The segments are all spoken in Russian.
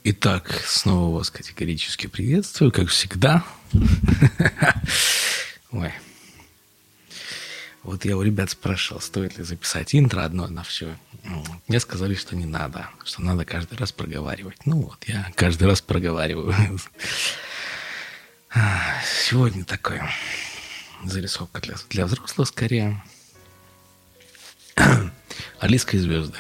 Итак, снова вас категорически приветствую, как всегда. Ой. Вот я у ребят спрашивал, стоит ли записать интро одно на все. Мне сказали, что не надо, что надо каждый раз проговаривать. Ну вот, я каждый раз проговариваю. Сегодня такая зарисовка для взрослых скорее. Алиска и звезды.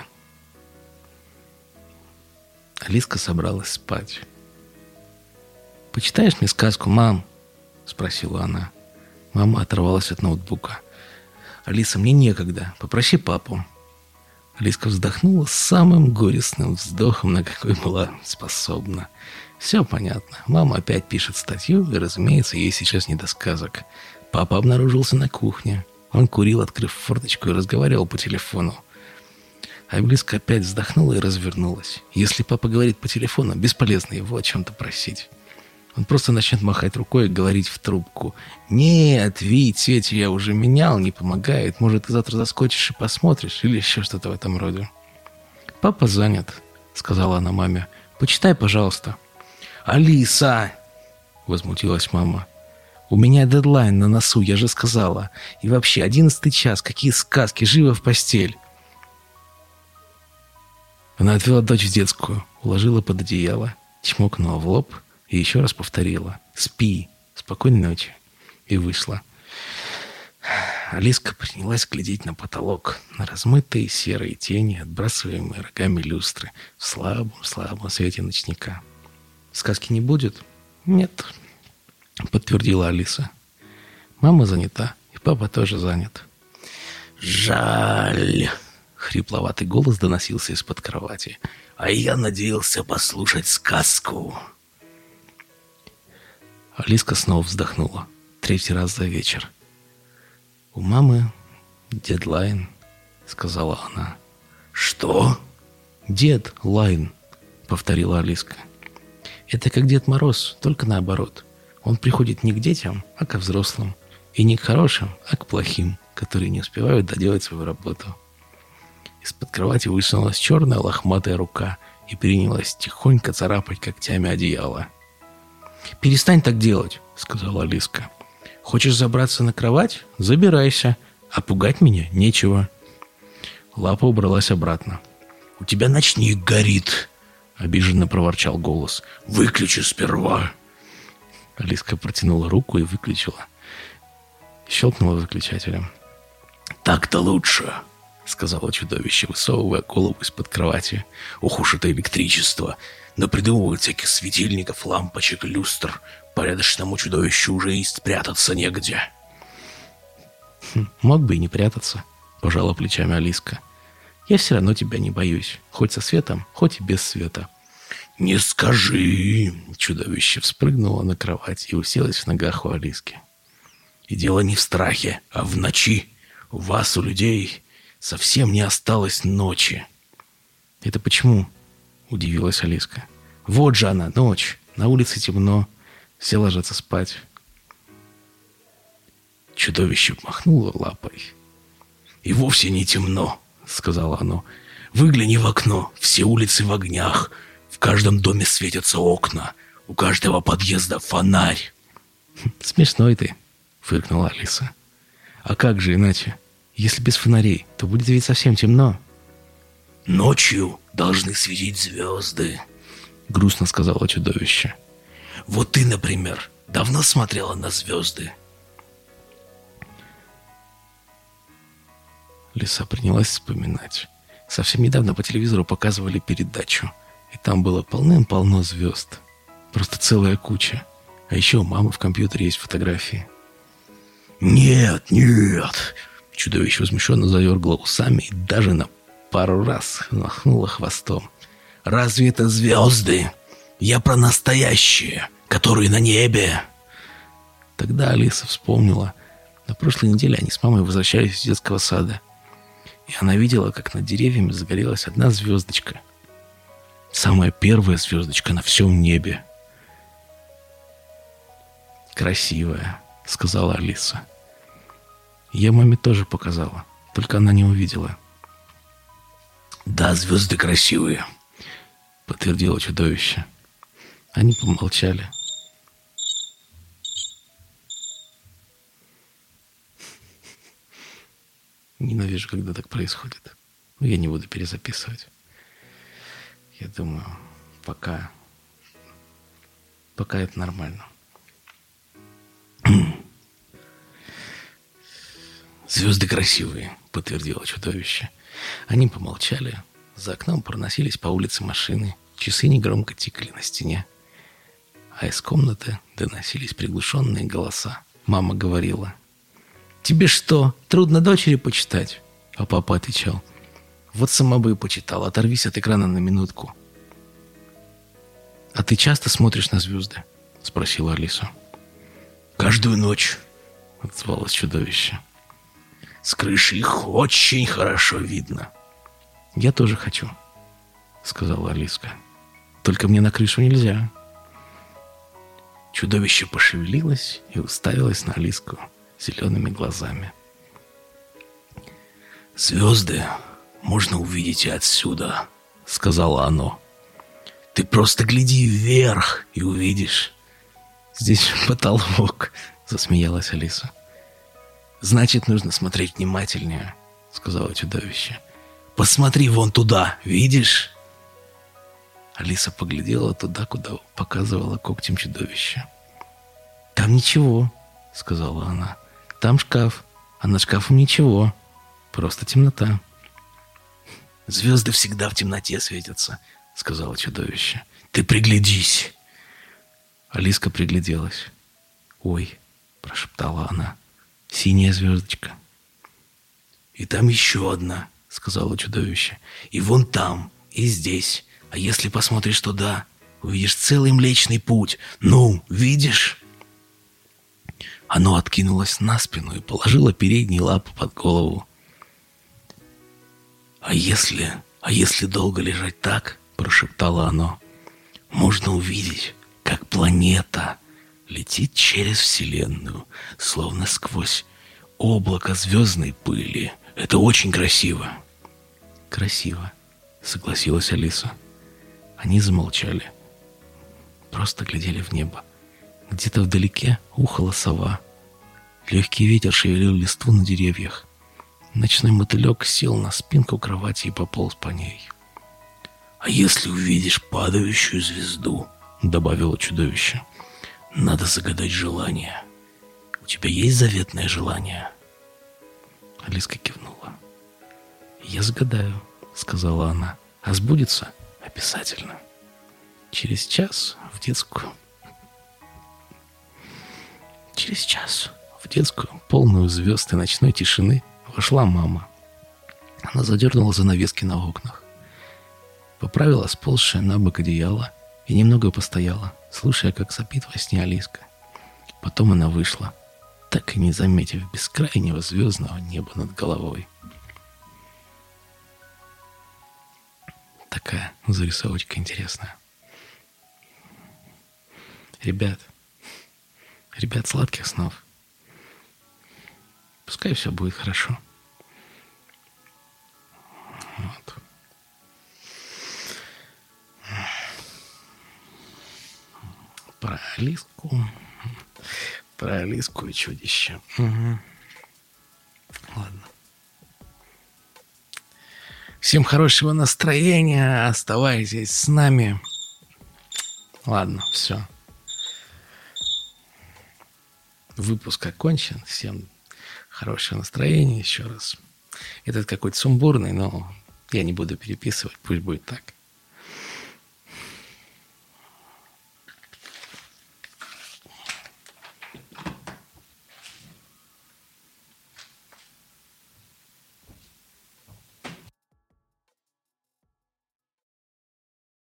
Алиска собралась спать. «Почитаешь мне сказку, мам?» — спросила она. Мама оторвалась от ноутбука. «Алиса, мне некогда. Попроси папу». Алиска вздохнула самым горестным вздохом, на какой была способна. Все понятно. Мама опять пишет статью, и, разумеется, ей сейчас не до сказок. Папа обнаружился на кухне. Он курил, открыв форточку, и разговаривал по телефону. Алиска опять вздохнула и развернулась. Если папа говорит по телефону, бесполезно его о чем-то просить. Он просто начнет махать рукой и говорить в трубку. «Нет, Вить, свечи я уже менял, не помогает. Может, ты завтра заскочишь и посмотришь?» Или еще что-то в этом роде. «Папа занят», — сказала она маме. «Почитай, пожалуйста». «Алиса!» — возмутилась мама. «У меня дедлайн на носу, я же сказала. И вообще, 11 час, какие сказки, живо в постель!» Она отвела дочь в детскую, уложила под одеяло, чмокнула в лоб и еще раз повторила: «Спи, спокойной ночи», и вышла. Алиска принялась глядеть на потолок, на размытые серые тени, отбрасываемые рогами люстры в слабом свете ночника. «Сказки не будет?» «Нет», — подтвердила Алиса. «Мама занята, и папа тоже занят». «Жаль», — хрипловатый голос доносился из-под кровати. «А я надеялся послушать сказку». Алиска снова вздохнула. 3-й раз за вечер. «У мамы дедлайн», — сказала она. «Что?» «Дедлайн», — повторила Алиска. «Это как Дед Мороз, только наоборот. Он приходит не к детям, а ко взрослым. И не к хорошим, а к плохим, которые не успевают доделать свою работу». Из-под кровати высунулась черная лохматая рука и принялась тихонько царапать когтями одеяло. «Перестань так делать», — сказала Алиска. «Хочешь забраться на кровать? Забирайся. А пугать меня нечего». Лапа убралась обратно. «У тебя ночник горит», — обиженно проворчал голос. «Выключи сперва». Алиска протянула руку и выключила. Щелкнула выключателем. «Так-то лучше», — сказала чудовище, высовывая голову из-под кровати. «Ох уж это электричество! Напридумывают всяких светильников, лампочек, люстр. Порядочному чудовищу уже и спрятаться негде». «Мог бы и не прятаться», — пожала плечами Алиска. «Я все равно тебя не боюсь. Хоть со светом, хоть и без света». «Не скажи!» Чудовище вспрыгнуло на кровать и уселось в ногах у Алиски. «И дело не в страхе, а в ночи. У вас, у людей, совсем не осталось ночи». «Это почему?» — удивилась Алиска. «Вот же она, ночь. На улице темно. Все ложатся спать». Чудовище махнуло лапой. «И вовсе не темно», — сказала оно. «Выгляни в окно. Все улицы в огнях. В каждом доме светятся окна. У каждого подъезда фонарь». «Смешной ты», — фыркнула Алиса. «А как же иначе? Если без фонарей, то будет ведь совсем темно». «Ночью должны светить звезды», — грустно сказала чудовище. «Вот ты, например, давно смотрела на звезды?» Лиса принялась вспоминать. Совсем недавно по телевизору показывали передачу, и там было полным-полно звезд. Просто целая куча. А еще у мамы в компьютере есть фотографии. «Нет, нет!» Чудовище возмущенно задергало усами и даже на пару раз махнуло хвостом. «Разве это звезды? Я про настоящие, которые на небе!» Тогда Алиса вспомнила. На прошлой неделе они с мамой возвращались из детского сада. И она видела, как над деревьями загорелась одна звездочка. Самая первая звездочка на всем небе. «Красивая», — сказала Алиса. Я маме тоже показала, только она не увидела. «Да, звезды красивые», — подтвердило чудовище. Они помолчали. Ненавижу, когда так происходит. Но я не буду перезаписывать. Я думаю, пока это нормально. «Звезды красивые», — подтвердило чудовище. Они помолчали. За окном проносились по улице машины. Часы негромко тикали на стене. А из комнаты доносились приглушенные голоса. Мама говорила: «Тебе что, трудно дочери почитать?» А папа отвечал: «Вот сама бы и почитала, оторвись от экрана на минутку». «А ты часто смотришь на звезды?» — спросила Алиса. «Каждую ночь», — отзвалось чудовище. «С крыши их очень хорошо видно». «Я тоже хочу», — сказала Алиска. «Только мне на крышу нельзя». Чудовище пошевелилось и уставилось на Алиску зелеными глазами. «Звезды можно увидеть и отсюда», — сказала оно. «Ты просто гляди вверх и увидишь». «Здесь потолок», — засмеялась Алиса. «Значит, нужно смотреть внимательнее», — сказала чудовище. «Посмотри вон туда, видишь?» Алиса поглядела туда, куда показывала когтем чудовище. «Там ничего», — сказала она. «Там шкаф, а над шкафом ничего. Просто темнота». «Звезды всегда в темноте светятся», — сказала чудовище. «Ты приглядись». Алиска пригляделась. «Ой», — прошептала она, — «синяя звездочка». «И там еще одна», — сказала чудовище. «И вон там, и здесь. А если посмотришь туда, увидишь целый Млечный Путь. Ну, видишь?» Оно откинулось на спину и положило передние лапы под голову. «А если долго лежать так, — прошептало оно, — можно увидеть, как планета летит через Вселенную, словно сквозь облако звездной пыли. Это очень красиво». «Красиво», — согласилась Алиса. Они замолчали. Просто глядели в небо. Где-то вдалеке ухала сова. Легкий ветер шевелил листву на деревьях. Ночной мотылек сел на спинку кровати и пополз по ней. «А если увидишь падающую звезду, — добавило чудовище, — надо загадать желание. У тебя есть заветное желание?» Алиска кивнула. «Я загадаю», — сказала она. «А сбудется обязательно. Через час в детскую». Через час в детскую, полную звезд и ночной тишины, вошла мама. Она задернула занавески на окнах, поправила сползшее на бок одеяло и немного постояла, слушая, как сопит во сне Алиска. Потом она вышла, так и не заметив бескрайнего звездного неба над головой. Такая зарисовочка интересная. Ребят, сладких снов. Пускай все будет хорошо. Вот. Про Алиску и чудище. Угу. Ладно. Всем хорошего настроения. Оставайтесь с нами. Ладно, все. Выпуск окончен. Всем хорошего настроения еще раз. Этот какой-то сумбурный, но я не буду переписывать. Пусть будет так.